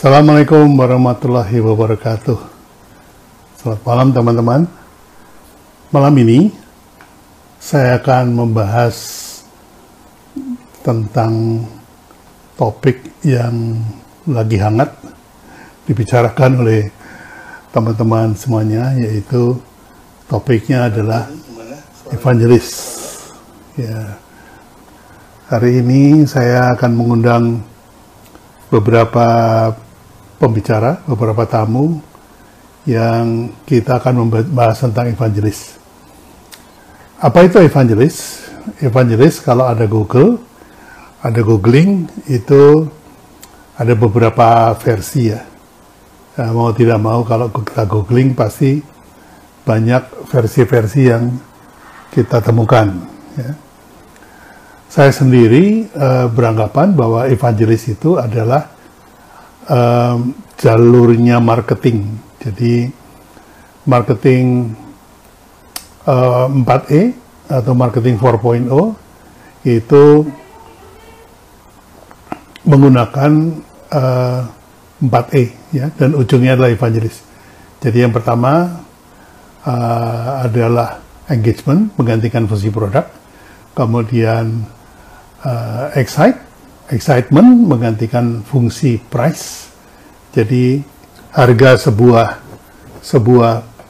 Assalamualaikum warahmatullahi wabarakatuh. Selamat malam teman-teman. Malam ini saya akan membahas tentang topik yang lagi hangat dibicarakan oleh teman-teman semuanya, yaitu topiknya adalah evangelis. Ya. Hari ini saya akan mengundang beberapa pembicara, beberapa tamu yang kita akan membahas tentang evangelis. Apa itu evangelis? Evangelis kalau ada Google, ada googling, itu ada beberapa versi ya. Mau tidak mau kalau kita googling pasti banyak versi-versi yang kita temukan. Ya. Saya sendiri beranggapan bahwa evangelis itu adalah jalurnya marketing. Jadi marketing 4E atau marketing 4.0 itu menggunakan 4E ya, dan ujungnya adalah evangelis. Jadi yang pertama adalah engagement, menggantikan fungsi produk. Kemudian excitement menggantikan fungsi price. Jadi harga sebuah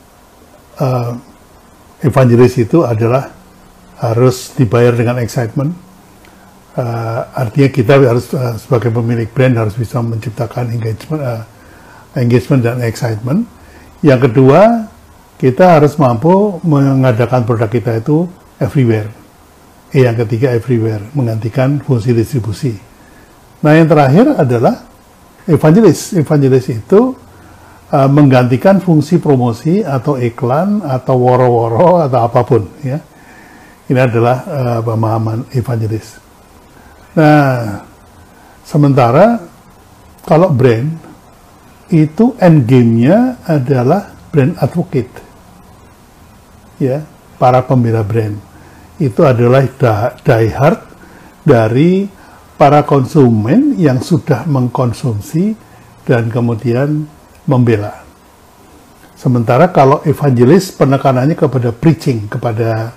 evangelis itu adalah harus dibayar dengan excitement. Artinya kita harus sebagai pemilik brand harus bisa menciptakan engagement dan excitement. Yang kedua, kita harus mampu mengadakan produk kita itu everywhere. Yang ketiga, everywhere, menggantikan fungsi distribusi. Nah, yang terakhir adalah evangelis. Evangelis itu menggantikan fungsi promosi atau iklan atau woro-woro atau apapun. Ya. Ini adalah pemahaman evangelis. Nah, sementara kalau brand itu end game-nya adalah brand advocate. Ya, para pembela brand. Itu adalah die hard dari para konsumen yang sudah mengkonsumsi dan kemudian membela. Sementara kalau evangelis penekanannya kepada preaching, kepada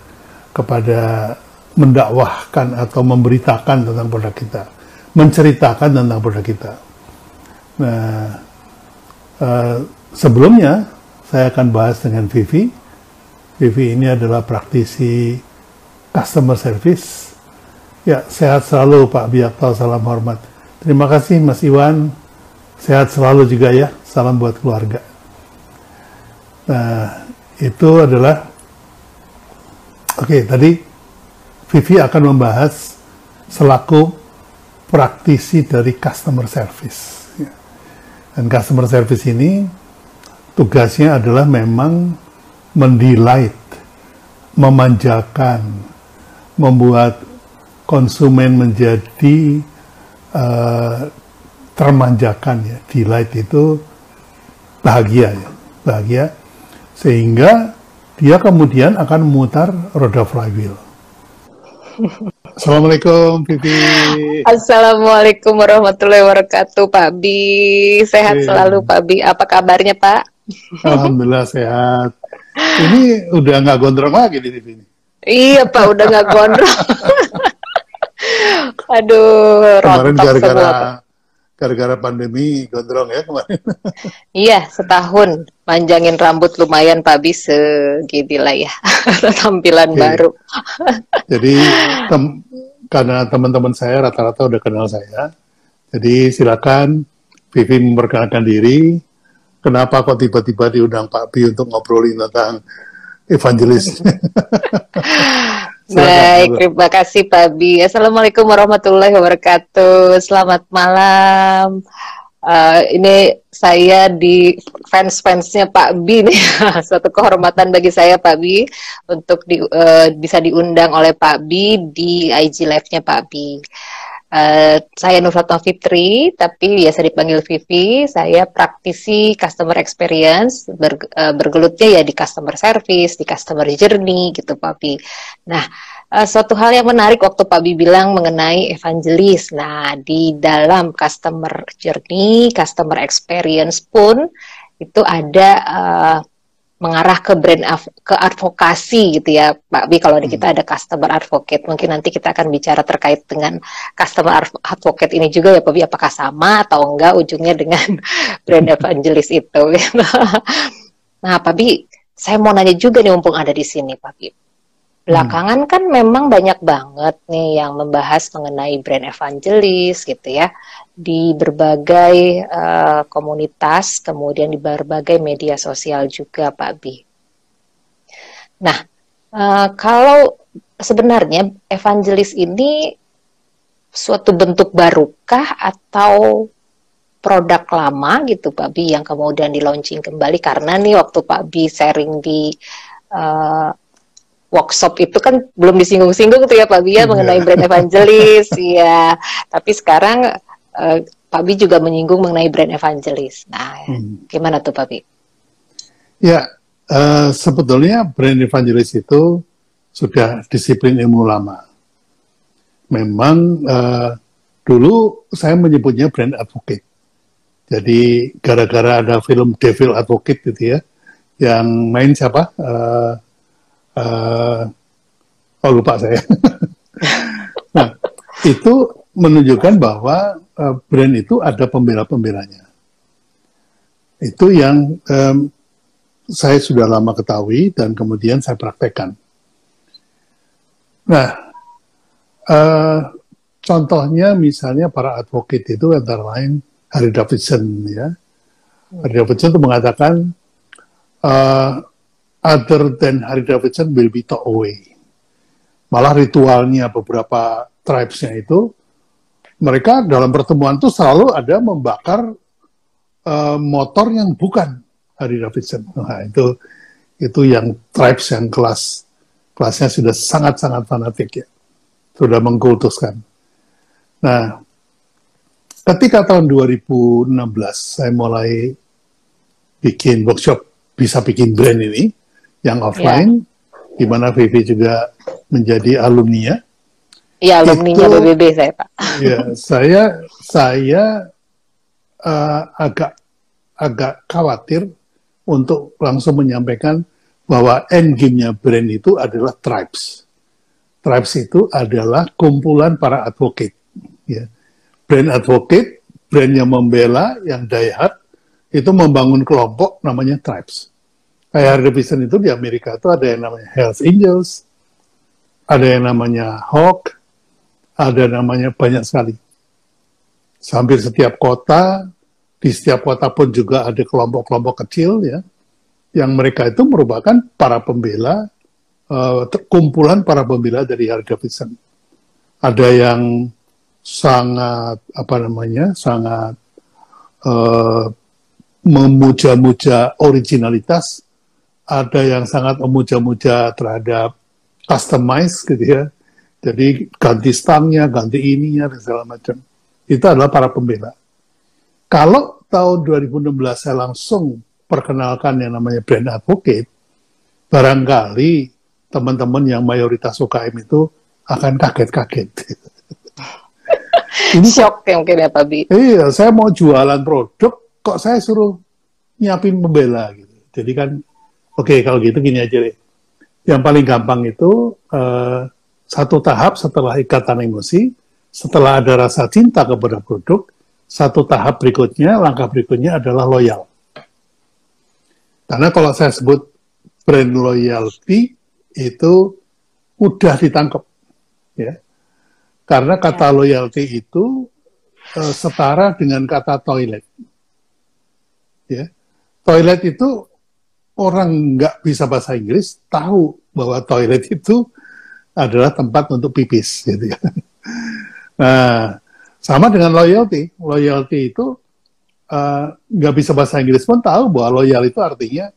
mendakwahkan atau memberitakan tentang produk kita, menceritakan tentang produk kita. Nah, sebelumnya saya akan bahas dengan Vivi. Vivi ini adalah praktisi customer service. Ya, sehat selalu Pak Biakto, salam hormat. Terima kasih Mas Iwan, sehat selalu juga ya, salam buat keluarga. Nah, itu adalah, tadi Vivi akan membahas selaku praktisi dari customer service. Ya. Dan customer service ini tugasnya adalah memang mendelight, memanjakan, membuat konsumen menjadi termanjakan ya. Delight itu bahagia ya, bahagia, sehingga dia kemudian akan memutar roda flywheel. Assalamualaikum Vivi. Assalamualaikum warahmatullahi wabarakatuh Pak Bi. Sehat selalu Pak Bi. Apa kabarnya Pak? Alhamdulillah sehat. Ini udah nggak gondrong lagi di TV ini. Iya Pak, udah nggak gondrong. Aduh, kemarin gara-gara pandemi gondrong ya kemarin. Iya, setahun manjangin rambut lumayan Pak Bi, segini lah ya. Tampilan baru. Jadi karena teman-teman saya rata-rata udah kenal saya, jadi silakan Vivi memperkenalkan diri. Kenapa kok tiba-tiba diundang Pak Bi untuk ngobrolin tentang evangelis? Baik, terima kasih Pak Bi. Assalamualaikum warahmatullahi wabarakatuh. Selamat malam. Ini saya di fans-fansnya Pak Bi nih. Suatu kehormatan bagi saya Pak Bi untuk bisa diundang oleh Pak Bi di IG Live-nya Pak Bi. Saya Nurfatma Fitri, tapi biasa dipanggil Vivi. Saya praktisi customer experience, bergelutnya ya di customer service, di customer journey gitu, Papi. Nah, suatu hal yang menarik waktu Pak Bi bilang mengenai evangelis. Nah, di dalam customer journey, customer experience pun itu ada mengarah ke ke advokasi gitu ya Pak Bi. Kalau di kita ada customer advocate, mungkin nanti kita akan bicara terkait dengan customer advocate ini juga ya Pak Bi, apakah sama atau enggak ujungnya dengan brand evangelis itu. Nah Pak Bi, saya mau nanya juga nih mumpung ada di sini Pak Bi. Belakangan kan memang banyak banget nih yang membahas mengenai brand evangelis gitu ya, di berbagai komunitas, kemudian di berbagai media sosial juga Pak Bi. Nah, kalau sebenarnya evangelis ini suatu bentuk barukah atau produk lama gitu Pak Bi yang kemudian di launching kembali, karena nih waktu Pak Bi sharing di workshop itu kan belum disinggung-singgung tuh ya Pak Bi ya mengenai brand evangelis ya, tapi sekarang Pak Bi juga menyinggung mengenai brand evangelis. Nah, gimana tuh Pak Bi? Ya, sebetulnya brand evangelis itu sudah disiplin ilmu lama. Memang dulu saya menyebutnya brand advocate. Jadi gara-gara ada film Devil Advocate gitu ya, yang main siapa? Lupa saya. Nah, itu menunjukkan bahwa brand itu ada pembela-pembelanya. Itu yang saya sudah lama ketahui dan kemudian saya praktekkan. Nah, contohnya misalnya para advocate itu antara lain Harley Davidson ya. Harley Davidson itu mengatakan other than Harley Davidson will be thrown away. Malah ritualnya beberapa tribes-nya itu, mereka dalam pertemuan itu selalu ada membakar motor yang bukan Harley Davidson. Nah, itu yang tribes yang kelasnya sudah sangat-sangat fanatik ya. Sudah mengkultuskan. Nah, ketika tahun 2016 saya mulai bikin workshop bisa bikin brand ini, yang offline, di mana Vivi juga menjadi alumni. Iya, alumninya BBB saya Pak. Ya, saya agak khawatir untuk langsung menyampaikan bahwa end game-nya brand itu adalah tribes. Tribes itu adalah kumpulan para advocate. Ya. Brand advocate, brand yang membela, yang die hard, itu membangun kelompok namanya tribes. Kayak Harley Davidson itu di Amerika itu ada yang namanya Hells Angels, ada yang namanya Hawk, ada namanya banyak sekali. Hampir setiap kota, di setiap kota pun juga ada kelompok-kelompok kecil ya, yang mereka itu merupakan para pembela, kumpulan para pembela dari Harley Davidson. Ada yang sangat sangat memuja-muja originalitas, ada yang sangat memuja-muja terhadap customize gitu ya. Jadi ganti stangnya, ganti ininya dan segala macam. Itu adalah para pembela. Kalau tahun 2016 saya langsung perkenalkan yang namanya brand advocate, barangkali teman-teman yang mayoritas UKM itu akan kaget-kaget. Ini shock ya mungkin ya Pak Bi. Iya, saya mau jualan produk, kok saya suruh nyiapin pembela gitu. Jadi kan, oke, kalau gitu gini aja deh. Yang paling gampang itu satu tahap setelah ikatan emosi, setelah ada rasa cinta kepada produk, satu tahap berikutnya, langkah berikutnya adalah loyal. Karena kalau saya sebut brand loyalty itu mudah ditangkap, ya. Karena kata loyalty itu setara dengan kata toilet. Ya. Toilet itu orang nggak bisa bahasa Inggris tahu bahwa toilet itu adalah tempat untuk pipis, gitu ya. Nah, sama dengan loyalty. Loyalty itu nggak bisa bahasa Inggris pun tahu bahwa loyal itu artinya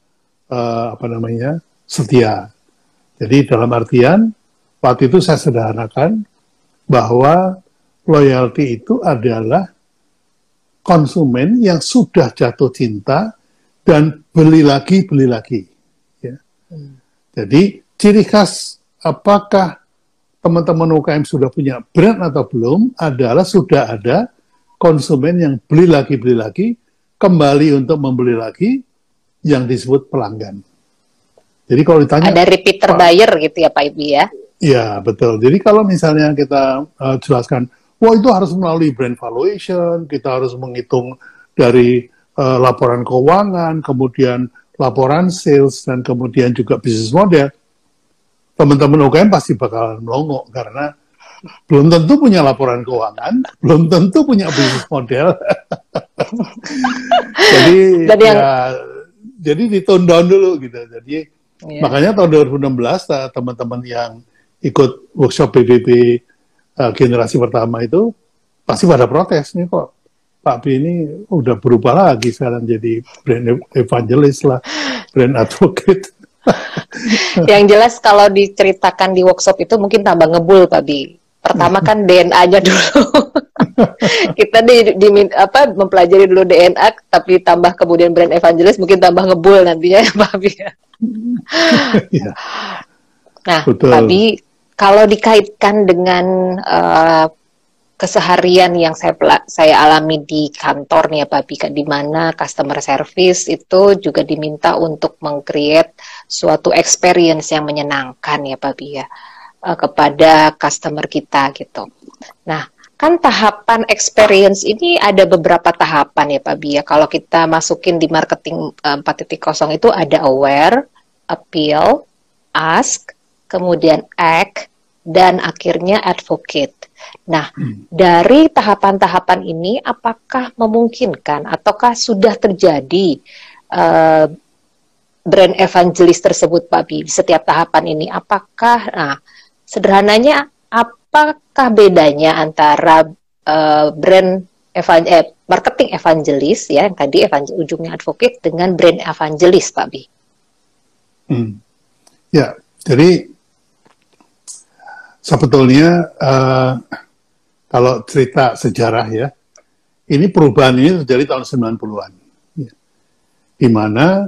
setia. Jadi dalam artian waktu itu saya sederhanakan bahwa loyalty itu adalah konsumen yang sudah jatuh cinta dan beli lagi. Ya. Jadi ciri khas apakah teman-teman UKM sudah punya brand atau belum adalah sudah ada konsumen yang beli lagi, kembali untuk membeli lagi, yang disebut pelanggan. Jadi kalau ditanya... Ada repeater buyer gitu ya Pak Ibi ya? Ya, betul. Jadi kalau misalnya kita jelaskan, wah itu harus melalui brand valuation, kita harus menghitung dari laporan keuangan, kemudian laporan sales, dan kemudian juga bisnis model, teman-teman UKM pasti bakalan melongo karena belum tentu punya laporan keuangan, belum tentu punya bisnis model. Jadi di-tone down dulu gitu. Jadi makanya tahun 2016 teman-teman yang ikut workshop PBB generasi pertama itu pasti pada protes nih, kok Pak B ini udah berubah lagi sekarang jadi brand evangelist lah, brand advocate. Yang jelas kalau diceritakan di workshop itu mungkin tambah ngebul Pak B. Pertama kan DNA-nya dulu. Kita mempelajari dulu DNA, tapi tambah kemudian brand evangelist mungkin tambah ngebul nantinya ya Pak B. Nah, Pak B, kalau dikaitkan dengan keseharian yang saya alami di kantor nih ya Pak Bika, di mana customer service itu juga diminta untuk meng-create suatu experience yang menyenangkan ya Pak Bika kepada customer kita gitu. Nah, kan tahapan experience ini ada beberapa tahapan ya Pak Bika. Kalau kita masukin di marketing 4.0 itu ada aware, appeal, ask, kemudian act, dan akhirnya advocate. Nah, dari tahapan-tahapan ini apakah memungkinkan ataukah sudah terjadi brand evangelist tersebut Pak Bi? Setiap tahapan ini apakah, sederhananya apakah bedanya antara brand marketing evangelist ya, yang tadi ujungnya advocate, dengan brand evangelist Pak Bi? Ya, jadi sebetulnya kalau cerita sejarah ya, ini perubahan ini terjadi tahun 90-an. Ya. Di mana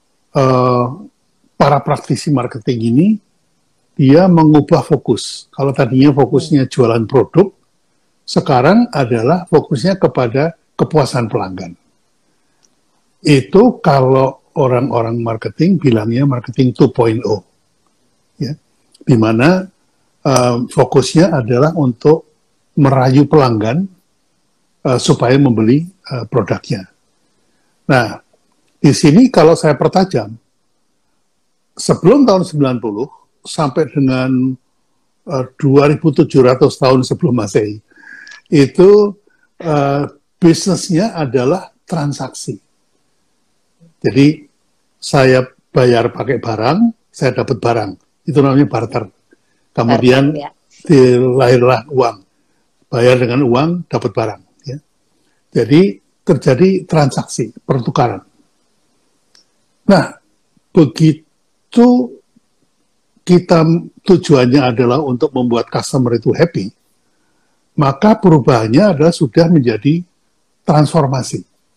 para praktisi marketing ini, dia mengubah fokus. Kalau tadinya fokusnya jualan produk, sekarang adalah fokusnya kepada kepuasan pelanggan. Itu kalau orang-orang marketing bilangnya marketing 2.0. Ya. Di mana fokusnya adalah untuk merayu pelanggan supaya membeli produknya. Nah, di sini kalau saya pertajam, sebelum tahun 90 sampai dengan 2.700 tahun sebelum Masehi, itu bisnisnya adalah transaksi. Jadi saya bayar pakai barang, saya dapat barang. Itu namanya barter. Kemudian lahirlah uang. Bayar dengan uang, dapat barang. Ya. Jadi terjadi transaksi, pertukaran. Nah, begitu kita tujuannya adalah untuk membuat customer itu happy, maka perubahannya adalah sudah menjadi transformasi.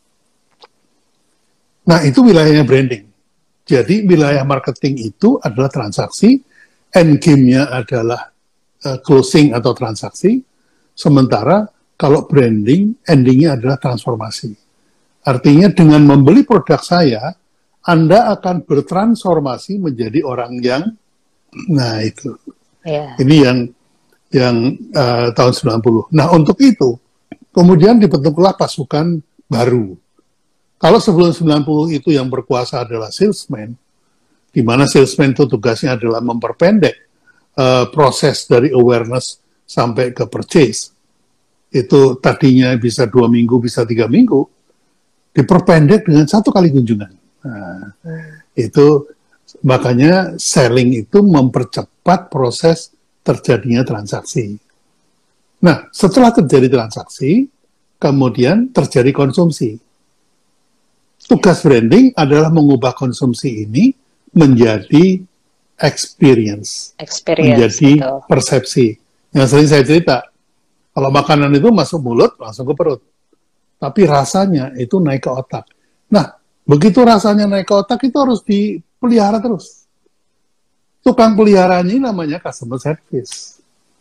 Nah, itu wilayahnya branding. Jadi wilayah marketing itu adalah transaksi, end game-nya adalah closing atau transaksi, sementara kalau branding, ending-nya adalah transformasi. Artinya dengan membeli produk saya, Anda akan bertransformasi menjadi orang yang, nah itu. Yeah. Ini yang tahun 90. Nah untuk itu, kemudian dibentuklah pasukan baru. Kalau sebelum 90 itu yang berkuasa adalah salesman, di mana salesman itu tugasnya adalah memperpendek proses dari awareness sampai ke purchase. Itu tadinya bisa 2 minggu, bisa 3 minggu, diperpendek dengan 1 kali kunjungan. Nah, itu makanya selling itu mempercepat proses terjadinya transaksi. Nah, setelah terjadi transaksi, kemudian terjadi konsumsi. Tugas branding adalah mengubah konsumsi ini menjadi experience menjadi betul. Persepsi. Yang sering saya cerita, kalau makanan itu masuk mulut, langsung ke perut. Tapi rasanya itu naik ke otak. Nah, begitu rasanya naik ke otak, itu harus dipelihara terus. Tukang peliharanya ini namanya customer service.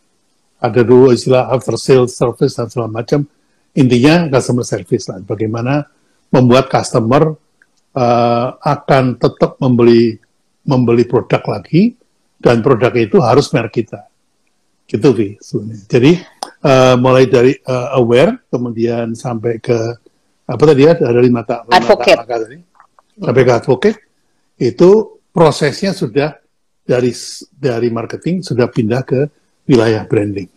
ada dulu istilah after sales service dan segala macam. Intinya customer service lah. Bagaimana membuat customer akan tetap membeli produk lagi, dan produk itu harus merek kita. Gitu, Vi. Jadi mulai dari aware, kemudian sampai ke apa tadi ya, ada 5 advocate. Tadi, sampai ke advocate, itu prosesnya sudah dari marketing sudah pindah ke wilayah branding.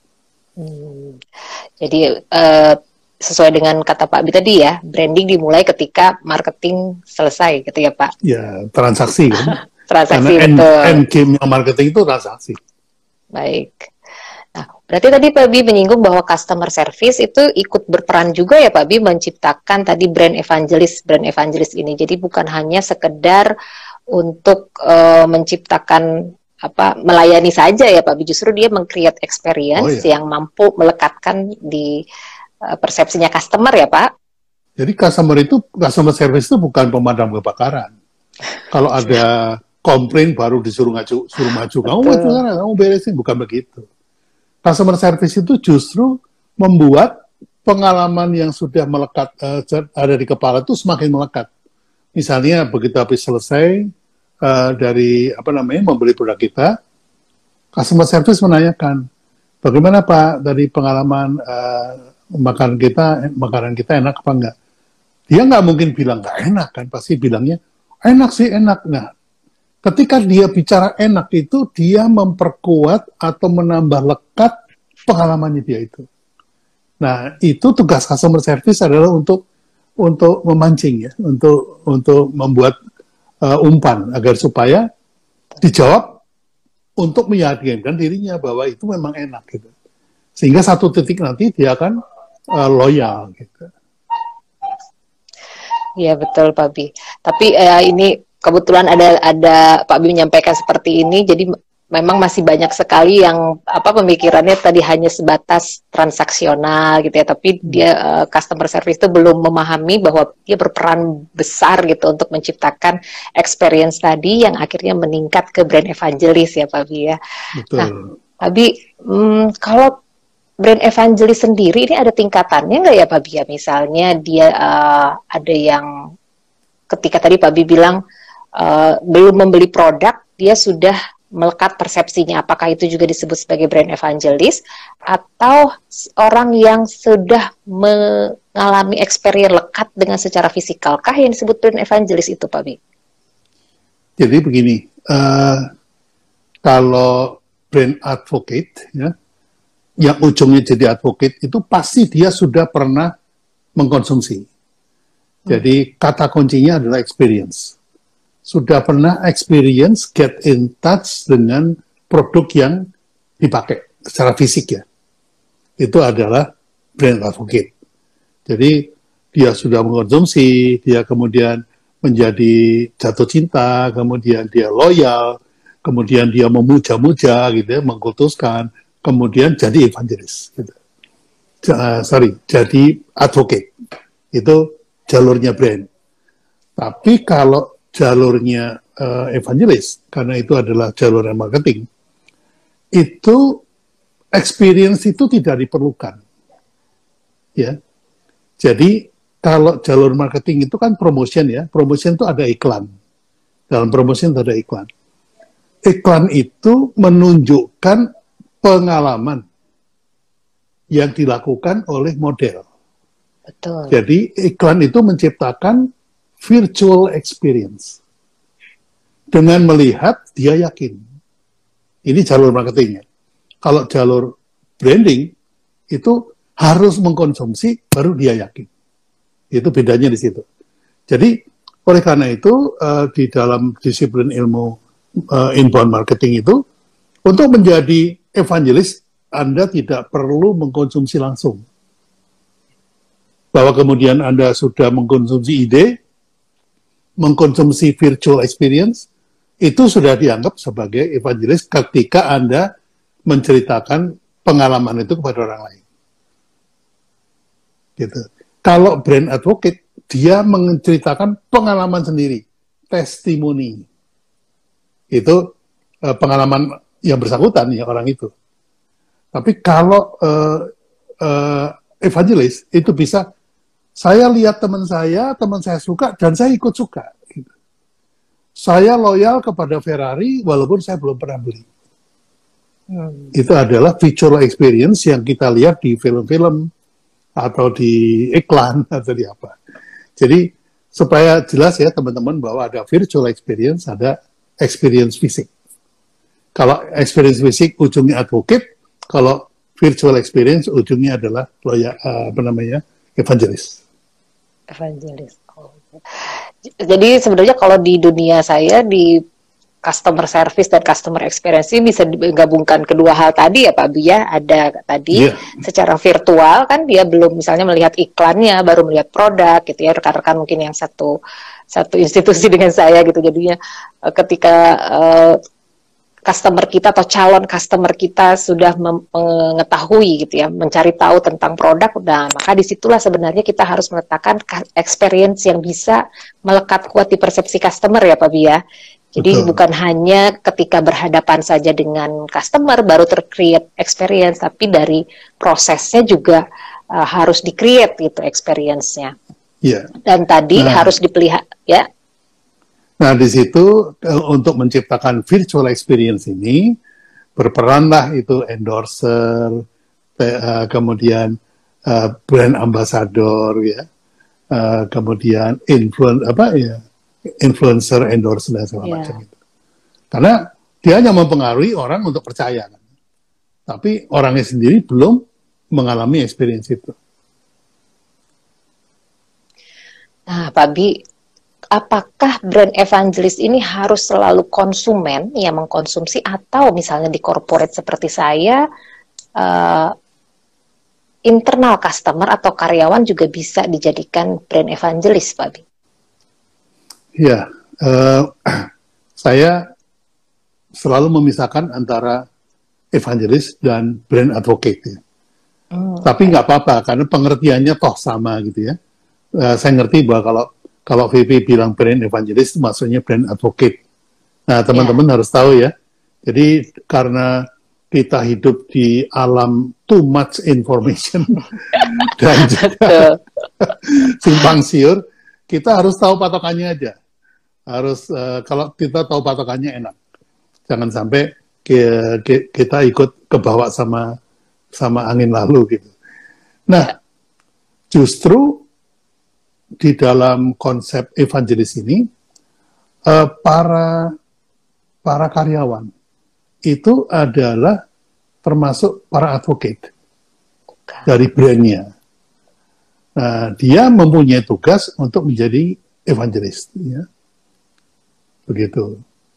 Jadi sesuai dengan kata Pak Bi tadi ya, branding dimulai ketika marketing selesai gitu ya Pak? Ya, transaksi kan. Transaksi, karena betul. end game marketing itu transaksi. Baik. Nah, berarti tadi Pak Bi menyinggung bahwa customer service itu ikut berperan juga ya Pak Bi menciptakan tadi brand evangelis ini. Jadi bukan hanya sekedar untuk menciptakan melayani saja ya Pak Bi, justru dia meng-create experience yang mampu melekatkan di persepsinya customer ya Pak. Jadi customer service itu bukan pemadam kebakaran. Kalau ada komplain baru disuruh maju, kamu beresin, bukan begitu. Customer service itu justru membuat pengalaman yang sudah melekat ada di kepala itu semakin melekat. Misalnya begitu habis selesai dari membeli produk kita, customer service menanyakan, bagaimana Pak dari pengalaman makanan kita enak apa enggak? Dia nggak mungkin bilang nggak enak kan, pasti bilangnya enak sih, enak. Nah, ketika dia bicara enak itu, dia memperkuat atau menambah lekat pengalamannya dia itu. Nah, itu tugas customer service adalah untuk memancing ya, untuk membuat umpan agar supaya dijawab untuk meyakinkan dirinya bahwa itu memang enak gitu. Sehingga satu titik nanti dia akan loyal gitu. Iya betul Pak Bi. Tapi ini kebetulan ada Pak Bi menyampaikan seperti ini, jadi memang masih banyak sekali yang pemikirannya tadi hanya sebatas transaksional gitu ya, tapi dia customer service itu belum memahami bahwa dia berperan besar gitu untuk menciptakan experience tadi yang akhirnya meningkat ke brand evangelis ya Pak Bi ya. Betul. Nah, Pak Bi, kalau brand evangelis sendiri ini ada tingkatannya nggak ya Pak Bi ya? Misalnya dia ada yang ketika tadi Pak Bi bilang belum membeli produk, dia sudah melekat persepsinya. Apakah itu juga disebut sebagai brand evangelis? Atau orang yang sudah mengalami experience lekat dengan secara fisikal, kah yang disebut brand evangelis itu Pak Bi? Jadi begini, kalau brand advocate ya, yang ujungnya jadi advocate itu pasti dia sudah pernah mengkonsumsi. Jadi kata kuncinya adalah experience. Sudah pernah experience, get in touch dengan produk yang dipakai secara fisik ya. Itu adalah brand advocate. Jadi dia sudah mengkonsumsi, dia kemudian menjadi jatuh cinta, kemudian dia loyal, kemudian dia memuja-muja gitu ya, mengkultuskan, kemudian jadi evangelis gitu. Jadi advocate. Itu jalurnya brand. Tapi kalau jalurnya evangelis, karena itu adalah jalur marketing, itu experience itu tidak diperlukan. Ya. Jadi kalau jalur marketing itu kan promotion ya, promotion itu ada iklan. Dalam promotion itu ada iklan. Iklan itu menunjukkan pengalaman yang dilakukan oleh model. Betul. Jadi iklan itu menciptakan virtual experience. Dengan melihat, dia yakin. Ini jalur marketingnya. Kalau jalur branding, itu harus mengkonsumsi, baru dia yakin. Itu bedanya di situ. Jadi, oleh karena itu, di dalam disiplin ilmu inbound marketing itu, untuk menjadi evangelis, Anda tidak perlu mengkonsumsi langsung. Bahwa kemudian Anda sudah mengkonsumsi ide, mengkonsumsi virtual experience, itu sudah dianggap sebagai evangelis ketika Anda menceritakan pengalaman itu kepada orang lain. Gitu. Kalau brand advocate, dia menceritakan pengalaman sendiri, testimoni. Itu pengalaman yang bersangkutan ya orang itu. Tapi kalau evangelis itu bisa, saya lihat teman saya suka dan saya ikut suka. Gitu. Saya loyal kepada Ferrari walaupun saya belum pernah beli. Itu adalah visual experience yang kita lihat di film-film atau di iklan atau di apa. Jadi supaya jelas ya teman-teman bahwa ada virtual experience, ada experience fisik. Kalau experience fisik ujungnya advocate, kalau virtual experience ujungnya adalah evangelis. Evangelis. Oh. Jadi sebenarnya kalau di dunia saya di customer service dan customer experience ini bisa digabungkan kedua hal tadi ya Pak Bi ya. Ada tadi secara virtual kan dia belum misalnya melihat iklannya, baru melihat produk gitu ya. Rekan-rekan mungkin yang satu institusi dengan saya gitu. Jadinya ketika customer kita atau calon customer kita sudah mengetahui gitu ya, mencari tahu tentang produk, nah maka disitulah sebenarnya kita harus meletakkan experience yang bisa melekat kuat di persepsi customer ya Pak Bi ya. Jadi bukan hanya ketika berhadapan saja dengan customer baru ter-create experience, tapi dari prosesnya juga harus di-create gitu experience-nya. Yeah. Dan tadi harus dipelihara ya. Nah, di situ untuk menciptakan virtual experience ini berperanlah itu endorser, kemudian brand ambassador ya, kemudian influencer, endorser dan segala macam itu. Karena dia hanya mempengaruhi orang untuk percaya, kan? Tapi orangnya sendiri belum mengalami experience itu. Nah, Pak Bi, apakah brand evangelis ini harus selalu konsumen yang mengkonsumsi atau misalnya di corporate seperti saya, internal customer atau karyawan juga bisa dijadikan brand evangelis, Pak Bi? Ya, saya selalu memisahkan antara evangelis dan brand advocate. Ya. Tapi nggak apa-apa, karena pengertiannya toh sama gitu ya. Saya ngerti bahwa kalau VP bilang brand evangelis, maksudnya brand advocate. Nah, teman-teman harus tahu ya. Jadi karena kita hidup di alam too much information dan juga simpang siur, kita harus tahu patokannya aja. Harus kalau kita tahu patokannya enak. Jangan sampai kita ikut kebawa sama angin lalu gitu. Nah, justru di dalam konsep evangelis ini para karyawan itu adalah termasuk para advocate dari brandnya. Nah, dia mempunyai tugas untuk menjadi evangelis, ya. Begitu.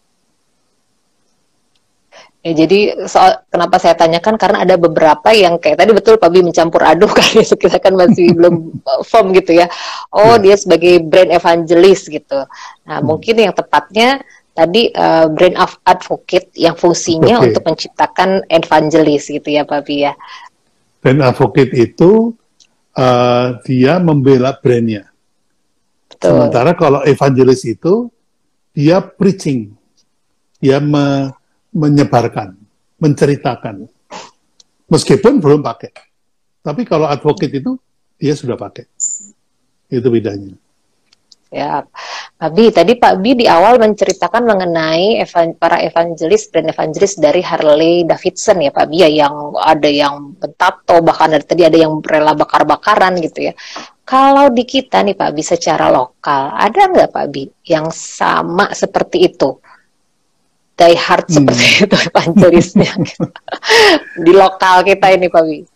Ya, jadi kenapa saya tanyakan karena ada beberapa yang kayak tadi betul Pak Bi mencampur aduk kan, kita kan masih belum firm gitu ya. Oh, dia sebagai brand evangelis gitu. Nah, mungkin yang tepatnya tadi brand advocate yang fungsinya untuk menciptakan evangelis gitu ya Pak Bi ya. Brand advocate itu dia membela brandnya. Sementara kalau evangelis itu dia preaching, dia menyebarkan, menceritakan, meskipun belum pakai. Tapi kalau advocate itu dia sudah pakai. Itu bedanya. Ya, Pak Bi, tadi Pak Bi di awal menceritakan mengenai para evangelis, brand evangelis dari Harley Davidson ya Pak Bi, ya, yang ada yang bertato, bahkan tadi ada yang rela bakar-bakaran gitu ya. Kalau di kita nih Pak Bi secara lokal, ada nggak Pak Bi yang sama seperti itu? Die hard seperti itu evangelisnya di lokal kita ini Pak Bi?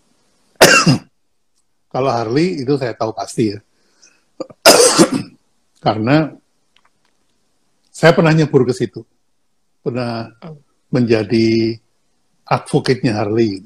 Kalau Harley itu saya tahu pasti ya. Karena saya pernah nyebur ke situ. Pernah menjadi advocate-nya Harley.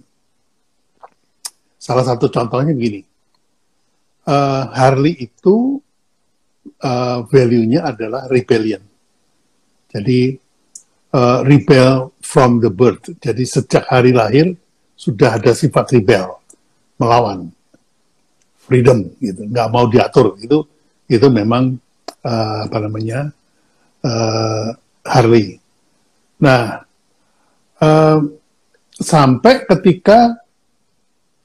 Salah satu contohnya begini. Harley itu value-nya adalah rebellion. Jadi rebel from the birth. Jadi sejak hari lahir sudah ada sifat rebel, melawan, freedom gitu, nggak mau diatur. Itu memang Harley. Nah, sampai ketika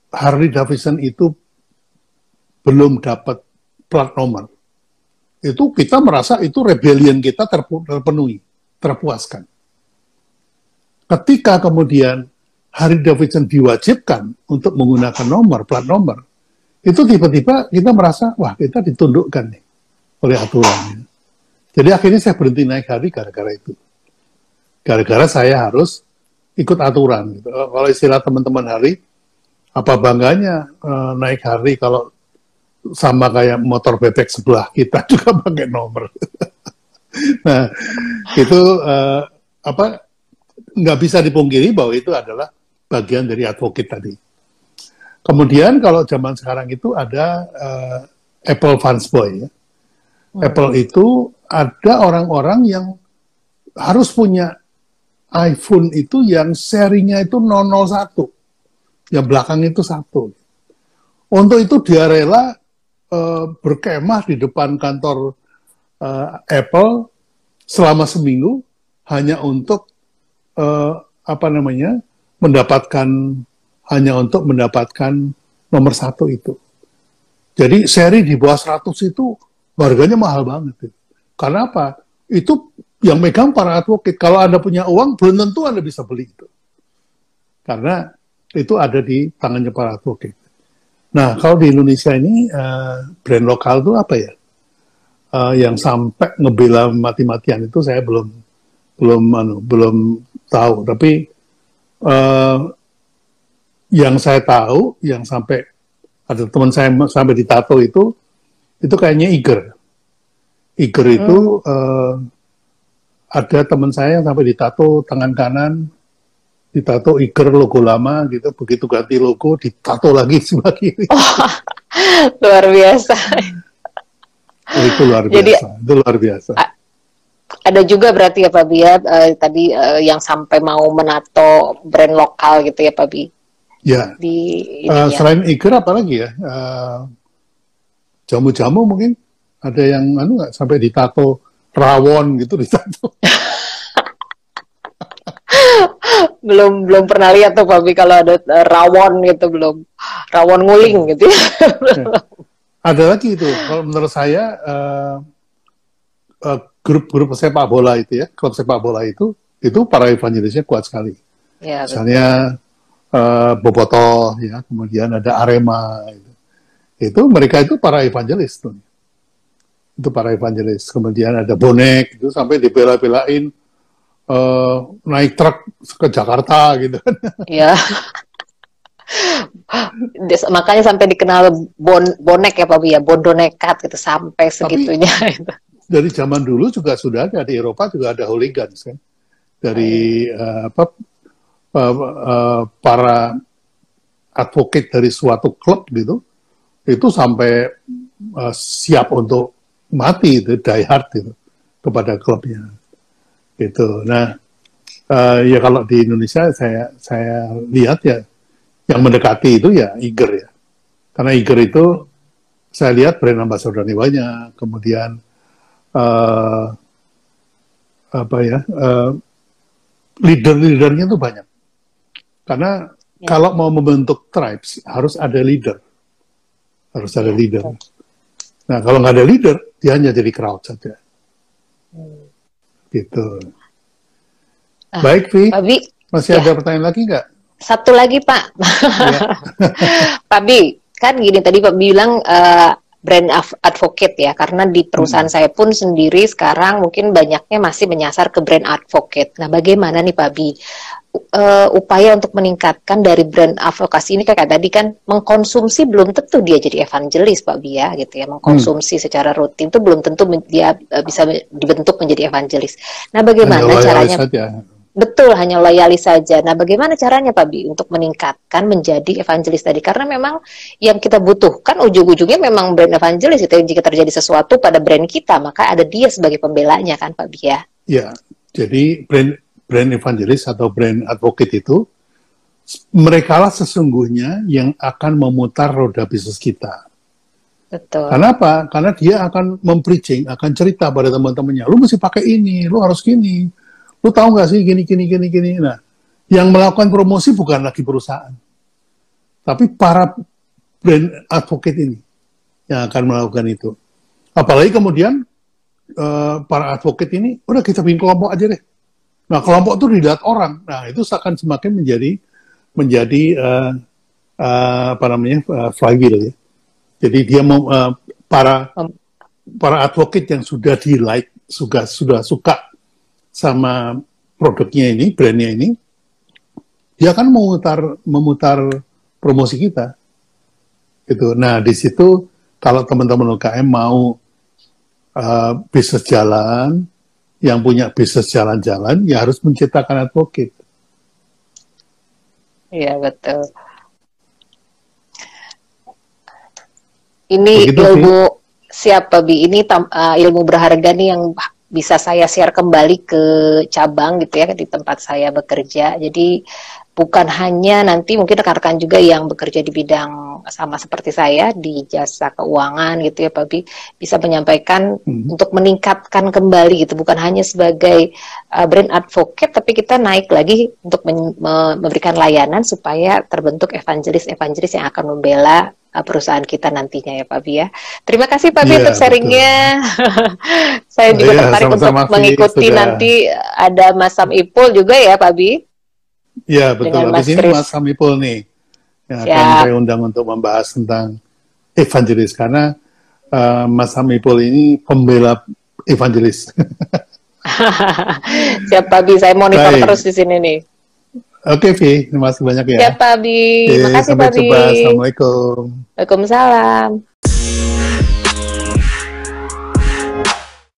Harley Davidson itu belum dapat plat nomor, itu kita merasa itu rebellion kita terpenuhi, terpuaskan. Ketika kemudian Harley Davidson diwajibkan untuk menggunakan plat nomor, itu tiba-tiba kita merasa, wah kita ditundukkan nih oleh aturannya. Jadi akhirnya saya berhenti naik Harley gara-gara itu. Gara-gara saya harus ikut aturan. Gitu. Kalau istilah teman-teman Harley, apa bangganya naik Harley kalau sama kayak motor bebek sebelah kita juga pakai nomor. Nah, itu nggak bisa dipungkiri bahwa itu adalah bagian dari advocate tadi. Kemudian kalau zaman sekarang itu ada Apple fanboy. Ya. Apple itu ada orang-orang yang harus punya iPhone itu yang serinya itu 001, yang belakang itu 1. Untuk itu dia rela berkemah di depan kantor Apple selama seminggu hanya untuk mendapatkan nomor 1 itu. Jadi seri di bawah 100 itu harganya mahal banget. Karena apa? Itu yang megang para advocate. Kalau Anda punya uang, belum tentu Anda bisa beli itu. Karena itu ada di tangannya para advocate. Nah, kalau di Indonesia ini, brand lokal itu apa ya? Yang sampai ngebela mati-matian itu saya belum tahu. Tapi yang saya tahu, yang sampai ada teman saya sampai ditato itu kayaknya Iger. Iger itu ada teman saya yang sampai ditato tangan kanan, ditato Iger logo lama gitu, begitu ganti logo ditato lagi sebelah kiri. Oh, luar biasa. Oh, itu luar biasa. Jadi, itu luar biasa. Ada juga berarti ya Pak Bi ya, tadi yang sampai mau menato brand lokal gitu ya Pak Bi. Ya. Selain Iger apa lagi ya? Jamu-jamu mungkin ada yang nggak sampai ditato rawon gitu ditato. belum pernah lihat tuh Pak Bi kalau ada rawon gitu, belum. Rawon nguling gitu ya. Ada lagi itu, kalau menurut saya grup-grup sepak bola itu ya, klub sepak bola itu para evangelisnya kuat sekali. Ya, misalnya Bobotoh ya, kemudian ada Arema itu mereka itu para evangelis tuh. Itu para evangelis. Kemudian ada Bonek itu sampai dibela-belain naik truk ke Jakarta gitu. Iya. Makanya sampai dikenal bonek ya Pak Bi ya, bondo nekat gitu sampai segitunya. Tapi, dari zaman dulu juga sudah ada, di Eropa juga ada hooligans kan. Dari para advocate dari suatu klub gitu, itu sampai siap untuk mati itu, die hard itu kepada klubnya. Gitu. Nah, ya kalau di Indonesia saya lihat ya yang mendekati itu ya Iger ya. Karena Iger itu saya lihat brand ambassador-nya banyak, kemudian leader-leadernya itu banyak. Karena kalau mau membentuk tribes harus ada leader. Harus ada leader. Nah, kalau nggak ada leader, dia hanya jadi crowd saja. Gitu. Baik, Vi. Masih ada pertanyaan lagi nggak? Satu lagi, Pak. Ya. Pak Bi, kan gini tadi Pak bilang brand advocate ya, karena di perusahaan saya pun sendiri sekarang mungkin banyaknya masih menyasar ke brand advocate. Nah, bagaimana nih Pak Bi upaya untuk meningkatkan dari brand advokasi ini, kayak tadi kan mengkonsumsi belum tentu dia jadi evangelis Pak Bi ya, gitu ya, mengkonsumsi secara rutin itu belum tentu dia bisa dibentuk menjadi evangelis. Nah, bagaimana caranya? Betul, hanya loyalis saja. Nah, bagaimana caranya Pak Bi untuk meningkatkan menjadi evangelis tadi? Karena memang yang kita butuhkan ujung-ujungnya memang brand evangelis itu. Jika terjadi sesuatu pada brand kita, maka ada dia sebagai pembelanya kan Pak Bi ya? Ya, jadi brand evangelis atau brand advocate itu, merekalah sesungguhnya yang akan memutar roda bisnis kita. Betul. Karena apa? Karena dia akan mempreaching, akan cerita pada teman-temannya, lu mesti pakai ini, lu harus gini. Lu tahu nggak sih gini. Nah, yang melakukan promosi bukan lagi perusahaan, tapi para brand advocate ini yang akan melakukan itu. Apalagi kemudian para advocate ini, udah kita bikin kelompok aja deh. Nah, kelompok itu dilihat orang. Nah, itu akan semakin menjadi apa namanya, flywheel ya. Jadi dia mau para advocate yang sudah di-like, sudah suka sama produknya ini, brandnya ini, dia akan memutar promosi kita. Gitu. Nah, di situ kalau teman-teman UKM mau bisnis jalan, yang punya bisnis jalan-jalan, ya harus menciptakan advocate. Iya, betul. Ini Begitu ilmu siapa Bi? Ini ilmu berharga nih yang bisa saya share kembali ke cabang gitu ya, di tempat saya bekerja. Jadi bukan hanya nanti mungkin rekan-rekan juga yang bekerja di bidang sama seperti saya di jasa keuangan gitu ya Pak Bi, bisa menyampaikan untuk meningkatkan kembali gitu, bukan hanya sebagai brand advocate, tapi kita naik lagi untuk memberikan layanan supaya terbentuk evangelis-evangelis yang akan membela perusahaan kita nantinya ya Pak Bi ya. Terima kasih Pak Bi untuk sharingnya. Saya juga tertarik untuk mengikuti nanti ada Mas Sam Ipul juga ya Pak Bi. Ya betul, habis ini Mas Sam Ipul nih yang akan saya undang untuk membahas tentang evangelis, karena Mas Sam Ipul ini pembela evangelis. Siap Pak Bi, saya monitor terus di sini nih. Oke Vi, terima kasih banyak ya. Siap Pak Bi, terima kasih Pak Bi. Sampai jumpa, Assalamualaikum. Waalaikumsalam.